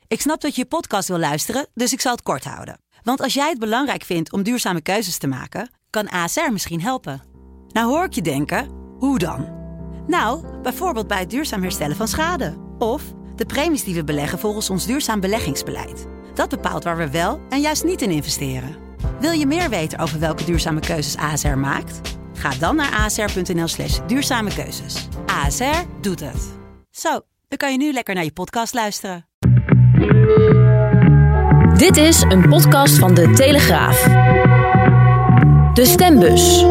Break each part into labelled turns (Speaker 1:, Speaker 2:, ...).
Speaker 1: Ik snap dat je podcast wil luisteren, dus ik zal het kort houden. Want als jij het belangrijk vindt om duurzame keuzes te maken, kan ASR misschien helpen. Nou hoor ik je denken, hoe dan? Nou, bijvoorbeeld bij het duurzaam herstellen van schade. Of de premies die we beleggen volgens ons duurzaam beleggingsbeleid. Dat bepaalt waar we wel en juist niet in investeren. Wil je meer weten over welke duurzame keuzes ASR maakt? Ga dan naar asr.nl/duurzame keuzes. ASR doet het. Zo, dan kan je nu lekker naar je podcast luisteren.
Speaker 2: Dit is een podcast van De Telegraaf. De stembus.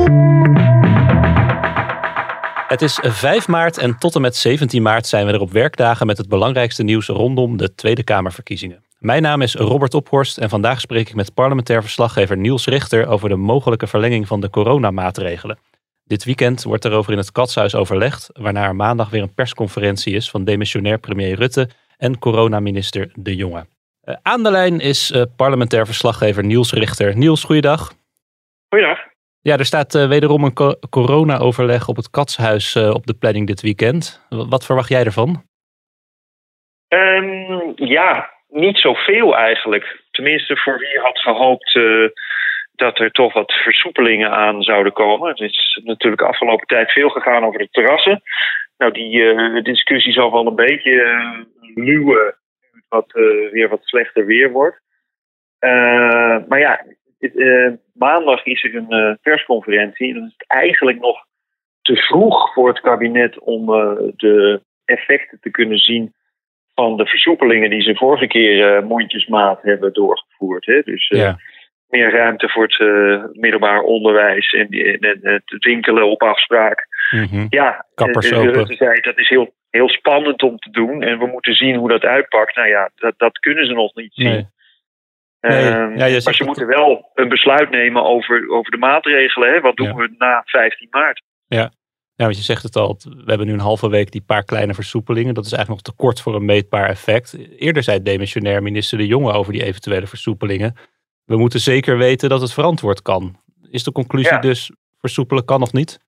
Speaker 3: Het is 5 maart en tot en met 17 maart zijn we er op werkdagen met het belangrijkste nieuws rondom de Tweede Kamerverkiezingen. Mijn naam is Robert Ophorst en vandaag spreek ik met parlementair verslaggever Niels Richter over de mogelijke verlenging van de coronamaatregelen. Dit weekend wordt erover in het Katshuis overlegd, waarna er maandag weer een persconferentie is van demissionair premier Rutte en coronaminister De Jonge. Aan de lijn is parlementair verslaggever Niels Richter. Niels, goeiedag.
Speaker 4: Goeiedag.
Speaker 3: Ja, er staat wederom een corona-overleg op het Katshuis op de planning dit weekend. Wat verwacht jij ervan?
Speaker 4: Niet zoveel eigenlijk. Tenminste, voor wie had gehoopt dat er toch wat versoepelingen aan zouden komen. Het is natuurlijk de afgelopen tijd veel gegaan over de terrassen. Nou, die discussie zal wel een beetje luwen, weer wat slechter weer wordt. Maar ja, maandag is er een persconferentie. En dan is het eigenlijk nog te vroeg voor het kabinet om de effecten te kunnen zien van de versoepelingen die ze vorige keer mondjesmaat hebben doorgevoerd. Hè? Dus meer ruimte voor het middelbaar onderwijs en het winkelen op afspraak.
Speaker 3: Mm-hmm.
Speaker 4: Ja, Rutte zei dat is heel spannend om te doen en we moeten zien hoe dat uitpakt. Nou ja, dat kunnen ze nog niet zien. Maar ze moeten wel een besluit nemen over de maatregelen. Hè? Wat doen we na 15 maart?
Speaker 3: Ja, want je zegt het al, we hebben nu een halve week die paar kleine versoepelingen. Dat is eigenlijk nog te kort voor een meetbaar effect. Eerder zei demissionair minister De Jonge over die eventuele versoepelingen: we moeten zeker weten dat het verantwoord kan. Is de conclusie dus versoepelen kan of niet?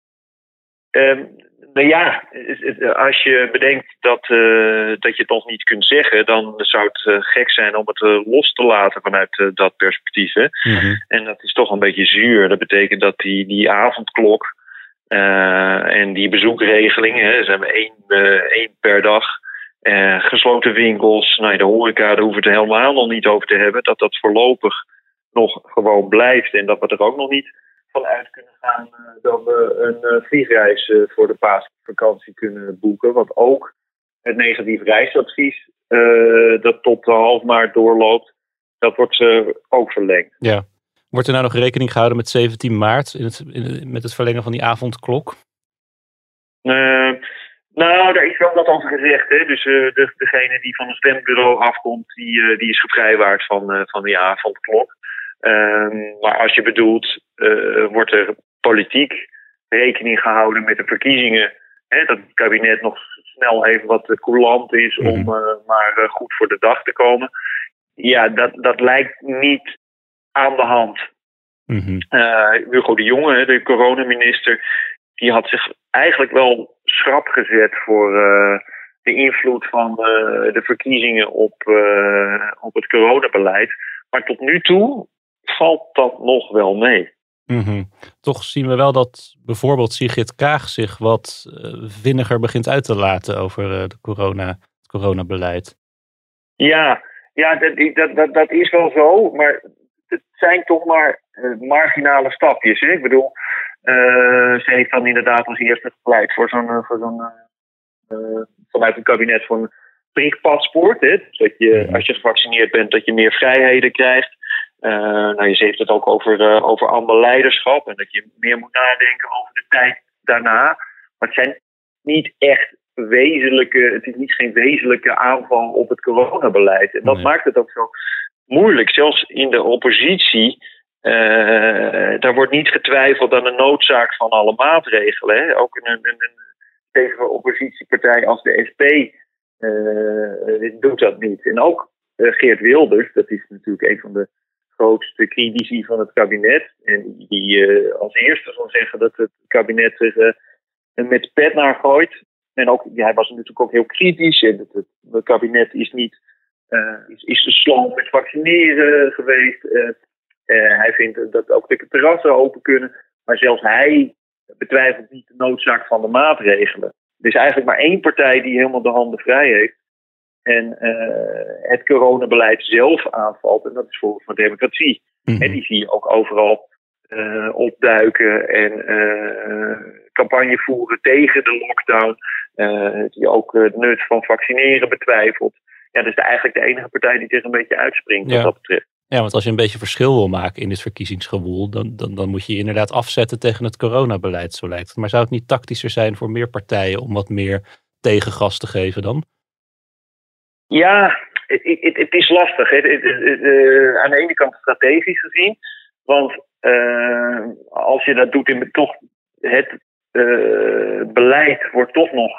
Speaker 4: Als je bedenkt dat je het nog niet kunt zeggen, dan zou het gek zijn om het los te laten vanuit dat perspectief. Hè? Mm-hmm. En dat is toch een beetje zuur. Dat betekent dat die avondklok en die bezoekregeling, hè, ze hebben één per dag, gesloten winkels, de horeca, daar hoeven we het helemaal nog niet over te hebben, dat voorlopig nog gewoon blijft en dat we er ook nog niet vanuit kunnen gaan dat we een vliegreis voor de paasvakantie kunnen boeken. Want ook het negatief reisadvies dat tot half maart doorloopt, dat wordt ook verlengd.
Speaker 3: Ja. Wordt er nou nog rekening gehouden met 17 maart met het verlengen van die avondklok?
Speaker 4: Daar is wel wat over gezegd. Hè? Dus degene die van een stembureau afkomt, die is gevrijwaard van die avondklok. Maar als je bedoelt, wordt er politiek rekening gehouden met de verkiezingen. Hè, dat het kabinet nog snel even wat coulant is om maar goed voor de dag te komen. Ja, dat lijkt niet aan de hand. Mm-hmm. Hugo de Jonge, de coronaminister, die had zich eigenlijk wel schrap gezet voor de invloed van de verkiezingen op het coronabeleid. Maar tot nu toe valt dat nog wel mee.
Speaker 3: Mm-hmm. Toch zien we wel dat bijvoorbeeld Sigrid Kaag zich wat vinniger begint uit te laten over het coronabeleid. Ja,
Speaker 4: dat is wel zo, maar het zijn toch maar marginale stapjes. Hè? Ik bedoel, ze heeft dan inderdaad als eerste gepleit voor zo'n vanuit het kabinet voor een prikpaspoort. Hè? Dus dat je, als je gevaccineerd bent, dat je meer vrijheden krijgt. Ze heeft het ook over ander leiderschap en dat je meer moet nadenken over de tijd daarna. Maar het zijn niet echt het is geen wezenlijke aanval op het coronabeleid. En dat maakt het ook zo moeilijk. Zelfs in de oppositie, daar wordt niet getwijfeld aan de noodzaak van alle maatregelen. Hè? Ook een tegen oppositiepartij als de SP doet dat niet. En ook Geert Wilders, dat is natuurlijk een van de grootste critici van het kabinet. En die als eerste zal zeggen dat het kabinet zich met de pet naar gooit. En ook, hij was natuurlijk ook heel kritisch. En het kabinet is niet is de sloom met vaccineren geweest. Hij vindt dat ook de terrassen open kunnen. Maar zelfs hij betwijfelt niet de noodzaak van de maatregelen. Er is eigenlijk maar één partij die helemaal de handen vrij heeft. En het coronabeleid zelf aanvalt. En dat is Forum voor Democratie.
Speaker 3: Mm-hmm.
Speaker 4: En die zie je ook overal opduiken en campagne voeren tegen de lockdown. Die ook het nut van vaccineren betwijfelt. Ja, dat is eigenlijk de enige partij die zich een beetje uitspringt wat dat betreft.
Speaker 3: Ja, want als je een beetje verschil wil maken in dit verkiezingsgewoel, dan moet je je inderdaad afzetten tegen het coronabeleid, zo lijkt het. Maar zou het niet tactischer zijn voor meer partijen om wat meer tegengas te geven dan?
Speaker 4: Ja, het is lastig. Aan de ene kant strategisch gezien. Want als je dat doet, het beleid wordt toch nog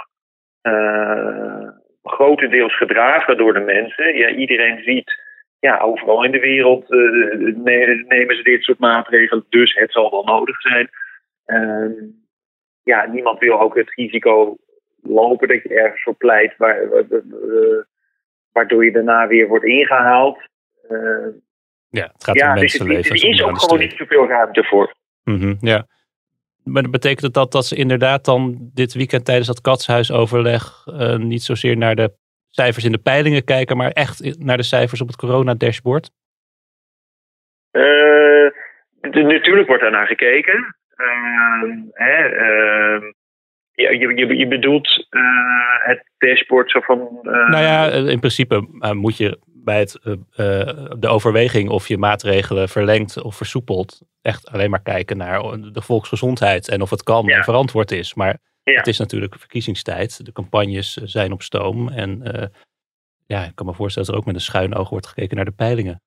Speaker 4: grotendeels gedragen door de mensen. Ja, iedereen ziet, overal in de wereld nemen ze dit soort maatregelen. Dus het zal wel nodig zijn. Niemand wil ook het risico lopen dat je ergens voor pleit waardoor je daarna weer wordt ingehaald.
Speaker 3: Het gaat om mensenlevens.
Speaker 4: Er is ook gewoon niet zoveel ruimte voor.
Speaker 3: Mm-hmm, ja. Maar betekent het dat ze inderdaad dan dit weekend tijdens dat katshuisoverleg niet zozeer naar de cijfers in de peilingen kijken, maar echt naar de cijfers op het corona-dashboard?
Speaker 4: Natuurlijk wordt daar naar gekeken. Je bedoelt het dashboard zo van...
Speaker 3: in principe moet je bij de overweging of je maatregelen verlengt of versoepelt echt alleen maar kijken naar de volksgezondheid en of het kan en verantwoord is. Maar het is natuurlijk verkiezingstijd. De campagnes zijn op stoom en ik kan me voorstellen dat er ook met een schuin oog wordt gekeken naar de peilingen.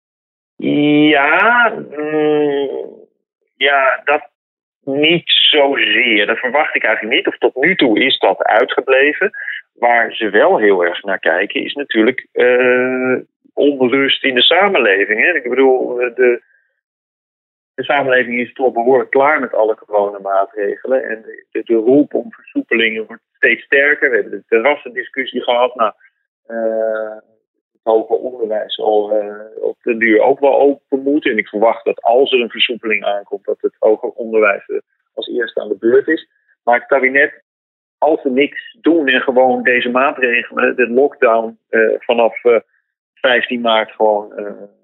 Speaker 4: Dat niet zozeer. Dat verwacht ik eigenlijk niet. Of tot nu toe is dat uitgebleven. Waar ze wel heel erg naar kijken is natuurlijk onrust in de samenleving. Hè? Ik bedoel, de samenleving is toch behoorlijk klaar met alle coronamaatregelen. En de roep om versoepelingen wordt steeds sterker. We hebben de terrassendiscussie gehad. Het hoger onderwijs zal op de duur ook wel open moet. En ik verwacht dat als er een versoepeling aankomt, dat het hoger onderwijs als eerste aan de beurt is. Maar het kabinet, als ze niks doen en gewoon deze maatregelen, de lockdown vanaf 15 maart gewoon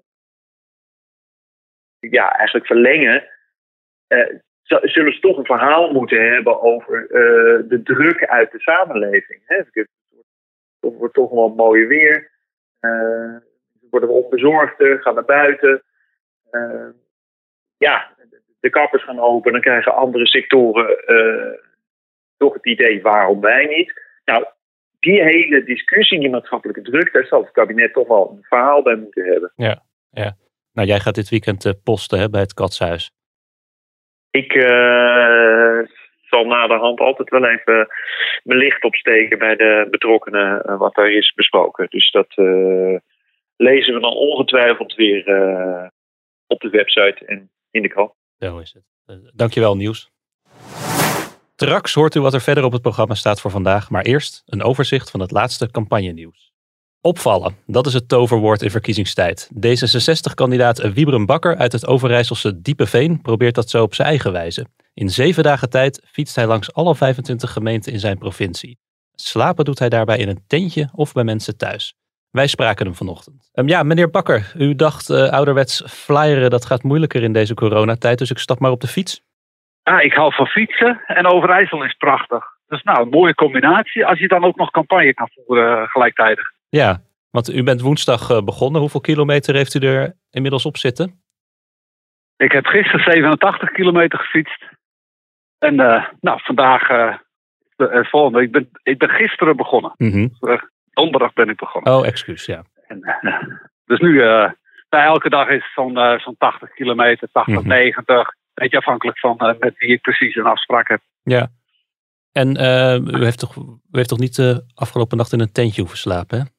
Speaker 4: eigenlijk verlengen, zullen ze toch een verhaal moeten hebben over de druk uit de samenleving. Hè? Het wordt toch wel mooi weer. Worden we onbezorgder, gaan naar buiten. De kappers gaan open, dan krijgen andere sectoren toch het idee, waarom wij niet? Nou, die hele discussie, die maatschappelijke druk, daar zal het kabinet toch wel een verhaal bij moeten hebben.
Speaker 3: Ja. Nou, jij gaat dit weekend posten bij het Katshuis.
Speaker 4: Ik zal naderhand altijd wel even mijn licht opsteken bij de betrokkenen wat daar is besproken. Dus dat lezen we dan ongetwijfeld weer op de website en in de krant.
Speaker 3: Zo is het. Dankjewel, Nieuws. Straks hoort u wat er verder op het programma staat voor vandaag, maar eerst een overzicht van het laatste campagnenieuws. Opvallen, dat is het toverwoord in verkiezingstijd. D66-kandidaat Wiebren Bakker uit het Overijsselse Diepeveen probeert dat zo op zijn eigen wijze. In 7 dagen tijd fietst hij langs alle 25 gemeenten in zijn provincie. Slapen doet hij daarbij in een tentje of bij mensen thuis. Wij spraken hem vanochtend. Meneer Bakker, u dacht ouderwets flyeren, dat gaat moeilijker in deze coronatijd, dus ik stap maar op de fiets.
Speaker 5: Ik hou van fietsen en Overijssel is prachtig. Dus een mooie combinatie als je dan ook nog campagne kan voeren gelijktijdig.
Speaker 3: Ja, want u bent woensdag begonnen. Hoeveel kilometer heeft u er inmiddels op zitten?
Speaker 5: Ik heb gisteren 87 kilometer gefietst. En vandaag het volgende. Ik ben gisteren begonnen.
Speaker 3: Mm-hmm.
Speaker 5: Donderdag ben ik begonnen.
Speaker 3: Oh, excuus, ja.
Speaker 5: Dus nu, elke dag is zo'n 80 kilometer, 80, 90. Beetje afhankelijk van met wie ik precies een afspraak heb.
Speaker 3: Ja. En u heeft toch niet de afgelopen nacht in een tentje hoeven slapen, hè?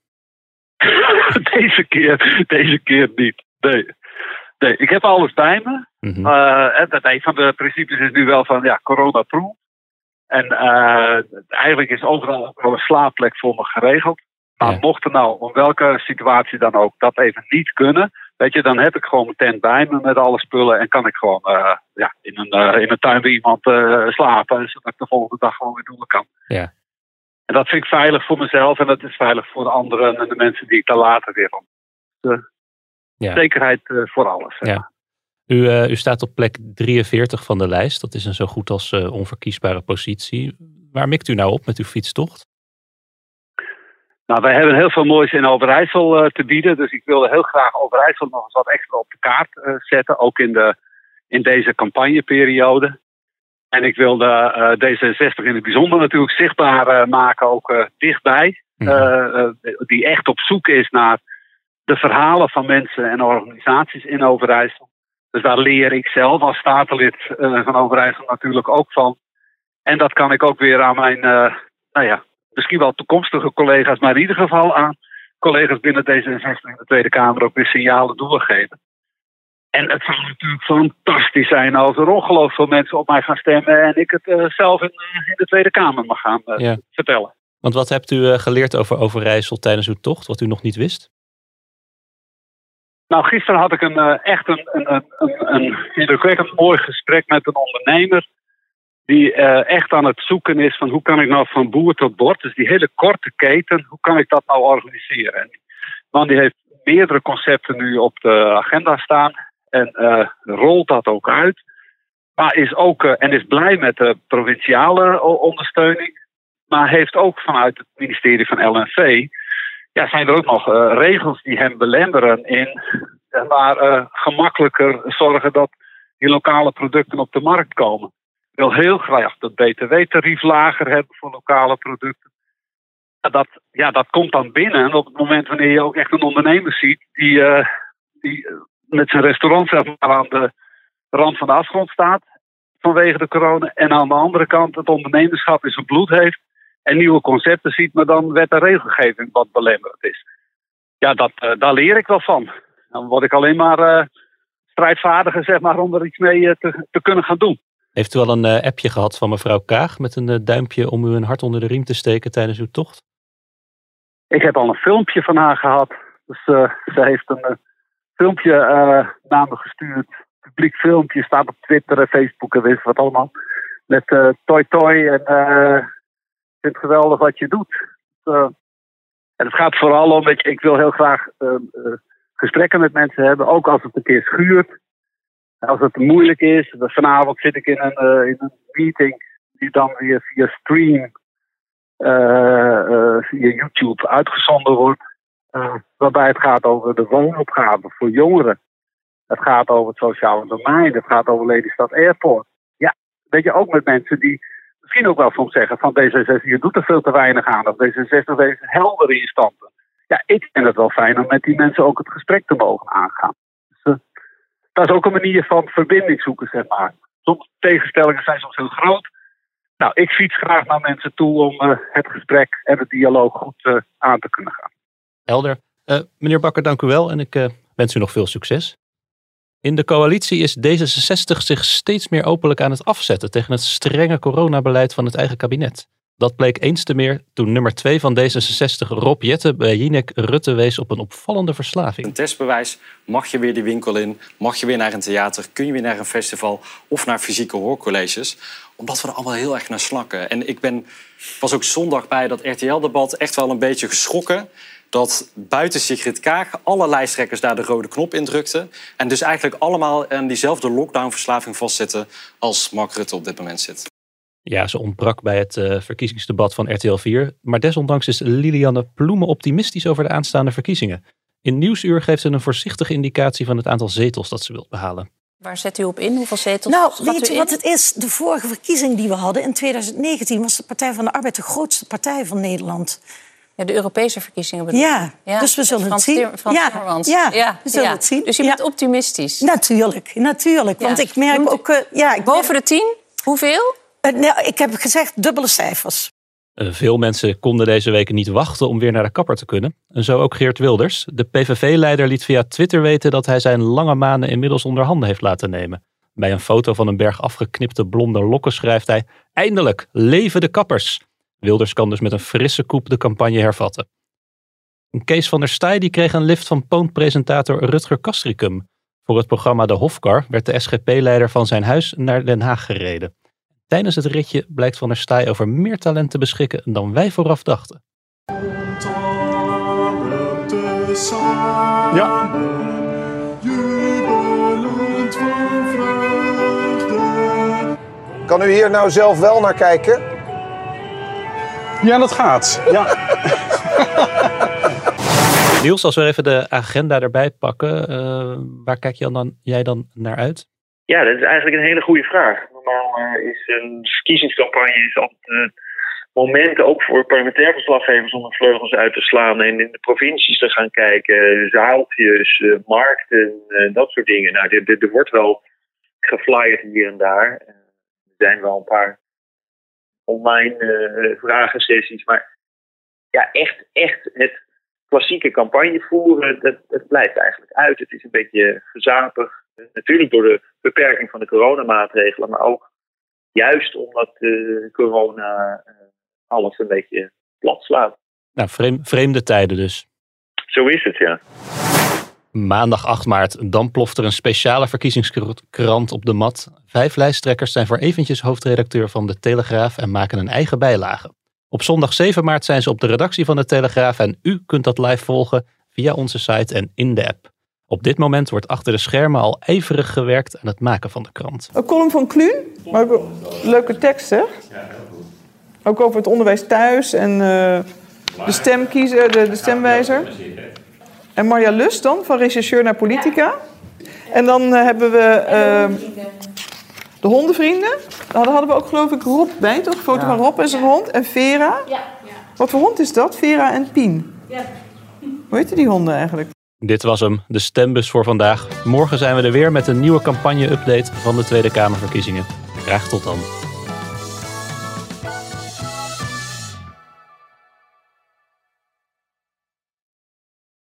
Speaker 5: Deze keer niet. Nee, ik heb alles bij me.
Speaker 3: Mm-hmm.
Speaker 5: Een van de principes is nu wel van corona-proof. En eigenlijk is overal ook wel een slaapplek voor me geregeld. Maar mocht er nou, om welke situatie dan ook, dat even niet kunnen, weet je, dan heb ik gewoon mijn tent bij me met alle spullen en kan ik gewoon in een tuin bij iemand slapen, zodat ik de volgende dag gewoon weer door kan.
Speaker 3: Ja.
Speaker 5: En dat vind ik veilig voor mezelf en dat is veilig voor de anderen en de mensen die ik daar later weer om. Zekerheid voor alles.
Speaker 3: Ja. U staat op plek 43 van de lijst. Dat is een zo goed als onverkiesbare positie. Waar mikt u nou op met uw fietstocht?
Speaker 5: Nou, wij hebben heel veel moois in Overijssel te bieden. Dus ik wilde heel graag Overijssel nog eens wat extra op de kaart zetten. Ook in deze campagneperiode. En ik wilde D66 in het bijzonder natuurlijk zichtbaar maken. Ook dichtbij. Die echt op zoek is naar de verhalen van mensen en organisaties in Overijssel. Dus daar leer ik zelf als statenlid van Overijssel natuurlijk ook van. En dat kan ik ook weer aan mijn, misschien wel toekomstige collega's, maar in ieder geval aan collega's binnen D66 in de Tweede Kamer ook weer signalen doorgeven. En het zou natuurlijk fantastisch zijn als er ongelooflijk veel mensen op mij gaan stemmen en ik het zelf in de Tweede Kamer mag gaan vertellen.
Speaker 3: Want wat hebt u geleerd over Overijssel tijdens uw tocht, wat u nog niet wist?
Speaker 5: Nou, gisteren had ik echt een indrukwekkend mooi gesprek met een ondernemer die echt aan het zoeken is van hoe kan ik nou van boer tot bord, dus die hele korte keten, hoe kan ik dat nou organiseren? En die man die heeft meerdere concepten nu op de agenda staan en rolt dat ook uit, maar is ook en is blij met de provinciale ondersteuning, maar heeft ook vanuit het ministerie van LNV zijn er ook nog regels die hem belemmeren in maar gemakkelijker zorgen dat die lokale producten op de markt komen. Ik wil heel graag dat btw-tarief lager hebben voor lokale producten. Dat komt dan binnen. En op het moment wanneer je ook echt een ondernemer ziet die met zijn restaurant zeg maar, aan de rand van de afgrond staat vanwege de corona. En aan de andere kant het ondernemerschap in zijn bloed heeft. En nieuwe concepten ziet, maar dan wet en regelgeving wat belemmerend is. Ja, daar leer ik wel van. Dan word ik alleen maar strijdvaardiger, zeg maar, om er iets mee te kunnen gaan doen.
Speaker 3: Heeft u al een appje gehad van mevrouw Kaag met een duimpje om u een hart onder de riem te steken tijdens uw tocht?
Speaker 5: Ik heb al een filmpje van haar gehad. Dus ze heeft een filmpje naar me gestuurd. Publiek filmpje, staat op Twitter en Facebook en weet wat allemaal. Met toi toi en ik vind het geweldig wat je doet. En het gaat vooral om, ik wil heel graag gesprekken met mensen hebben, ook als het een keer schuurt. Als het moeilijk is. Vanavond zit ik in een meeting die dan weer via stream, via YouTube uitgezonden wordt. Waarbij het gaat over de woonopgave voor jongeren. Het gaat over het sociale domein. Het gaat over Lelystad Airport. Ja, weet je, ook met mensen die misschien ook wel soms zeggen van D66, je doet er veel te weinig aan. Of D66 is helder in je standpunt. Ja, ik vind het wel fijn om met die mensen ook het gesprek te mogen aangaan. Dus, dat is ook een manier van verbinding zoeken, zeg maar. Soms tegenstellingen zijn soms heel groot. Nou, ik fiets graag naar mensen toe om het gesprek en het dialoog goed aan te kunnen gaan.
Speaker 3: Helder. Meneer Bakker, dank u wel en ik wens u nog veel succes. In de coalitie is D66 zich steeds meer openlijk aan het afzetten tegen het strenge coronabeleid van het eigen kabinet. Dat bleek eens te meer toen nummer 2 van D66 Rob Jetten bij Jinek Rutte wees op een opvallende verslaving.
Speaker 6: Een testbewijs, mag je weer die winkel in, mag je weer naar een theater, kun je weer naar een festival of naar fysieke hoorcolleges. Omdat we er allemaal heel erg naar slakken. En ik was ook zondag bij dat RTL-debat echt wel een beetje geschrokken dat buiten Sigrid Kaag alle lijsttrekkers daar de rode knop indrukten. En dus eigenlijk allemaal aan diezelfde lockdownverslaving vastzitten als Mark Rutte op dit moment zit.
Speaker 3: Ja, ze ontbrak bij het verkiezingsdebat van RTL 4. Maar desondanks is Lilianne Ploemen optimistisch over de aanstaande verkiezingen. In Nieuwsuur geeft ze een voorzichtige indicatie van het aantal zetels dat ze wilt behalen.
Speaker 7: Waar zet u op in? Hoeveel zetels?
Speaker 8: Nou, weet u wat het is? De vorige verkiezing die we hadden in 2019 was de Partij van de Arbeid de grootste partij van Nederland.
Speaker 7: Ja, de Europese verkiezingen bedoel
Speaker 8: ik. Ja, dus we zullen het zien.
Speaker 7: We zullen het zien. Dus je bent optimistisch?
Speaker 8: Natuurlijk. Want ik merk ook...
Speaker 7: Boven de 10? Hoeveel?
Speaker 8: Ik heb gezegd dubbele cijfers.
Speaker 3: Veel mensen konden deze weken niet wachten om weer naar de kapper te kunnen. En zo ook Geert Wilders. De PVV-leider liet via Twitter weten dat hij zijn lange manen inmiddels onder handen heeft laten nemen. Bij een foto van een berg afgeknipte blonde lokken schrijft hij: eindelijk, leven de kappers! Wilders kan dus met een frisse koep de campagne hervatten. Kees van der Staaij die kreeg een lift van Poont-presentator Rutger Kastricum. Voor het programma De Hofkar werd de SGP-leider van zijn huis naar Den Haag gereden. Tijdens het ritje blijkt Van der Staaij over meer talent te beschikken dan wij vooraf dachten.
Speaker 9: Ja.
Speaker 10: Kan u hier nou zelf wel naar kijken?
Speaker 9: Ja, dat gaat. Ja.
Speaker 3: Niels, als we even de agenda erbij pakken, waar kijk jij dan naar uit?
Speaker 4: Ja, dat is eigenlijk een hele goede vraag. Normaal is een verkiezingscampagne altijd momenten ook voor parlementair verslaggevers om hun vleugels uit te slaan en in de provincies te gaan kijken, zaaltjes, markten, dat soort dingen. Nou, er wordt wel geflyerd hier en daar. Er zijn wel een paar online vragensessies, maar ja, echt het klassieke campagne voeren, dat blijft eigenlijk uit. Het is een beetje gezapig. Natuurlijk door de beperking van de coronamaatregelen, maar ook juist omdat corona alles een beetje plat slaat.
Speaker 3: Nou, vreemde tijden dus.
Speaker 4: Zo is het, ja.
Speaker 3: Maandag 8 maart, dan ploft er een speciale verkiezingskrant op de mat. 5 lijsttrekkers zijn voor eventjes hoofdredacteur van de Telegraaf en maken een eigen bijlage. Op zondag 7 maart zijn ze op de redactie van de Telegraaf en u kunt dat live volgen via onze site en in de app. Op dit moment wordt achter de schermen al ijverig gewerkt aan het maken van de krant.
Speaker 11: Een column van Kluun, maar ook leuke teksten. Ook over het onderwijs thuis en de stemkiezer, de stemwijzer. En Marja Lust dan, van rechercheur naar politica. En dan hebben we de hondenvrienden. Daar hadden we ook geloof ik Rob bij, toch? Een foto van Rob en zijn hond. En Vera. Ja. Wat voor hond is dat? Vera en Pien. Ja. Hoe heten die honden eigenlijk?
Speaker 3: Dit was hem, de stembus voor vandaag. Morgen zijn we er weer met een nieuwe campagne-update van de Tweede Kamerverkiezingen. Graag tot dan.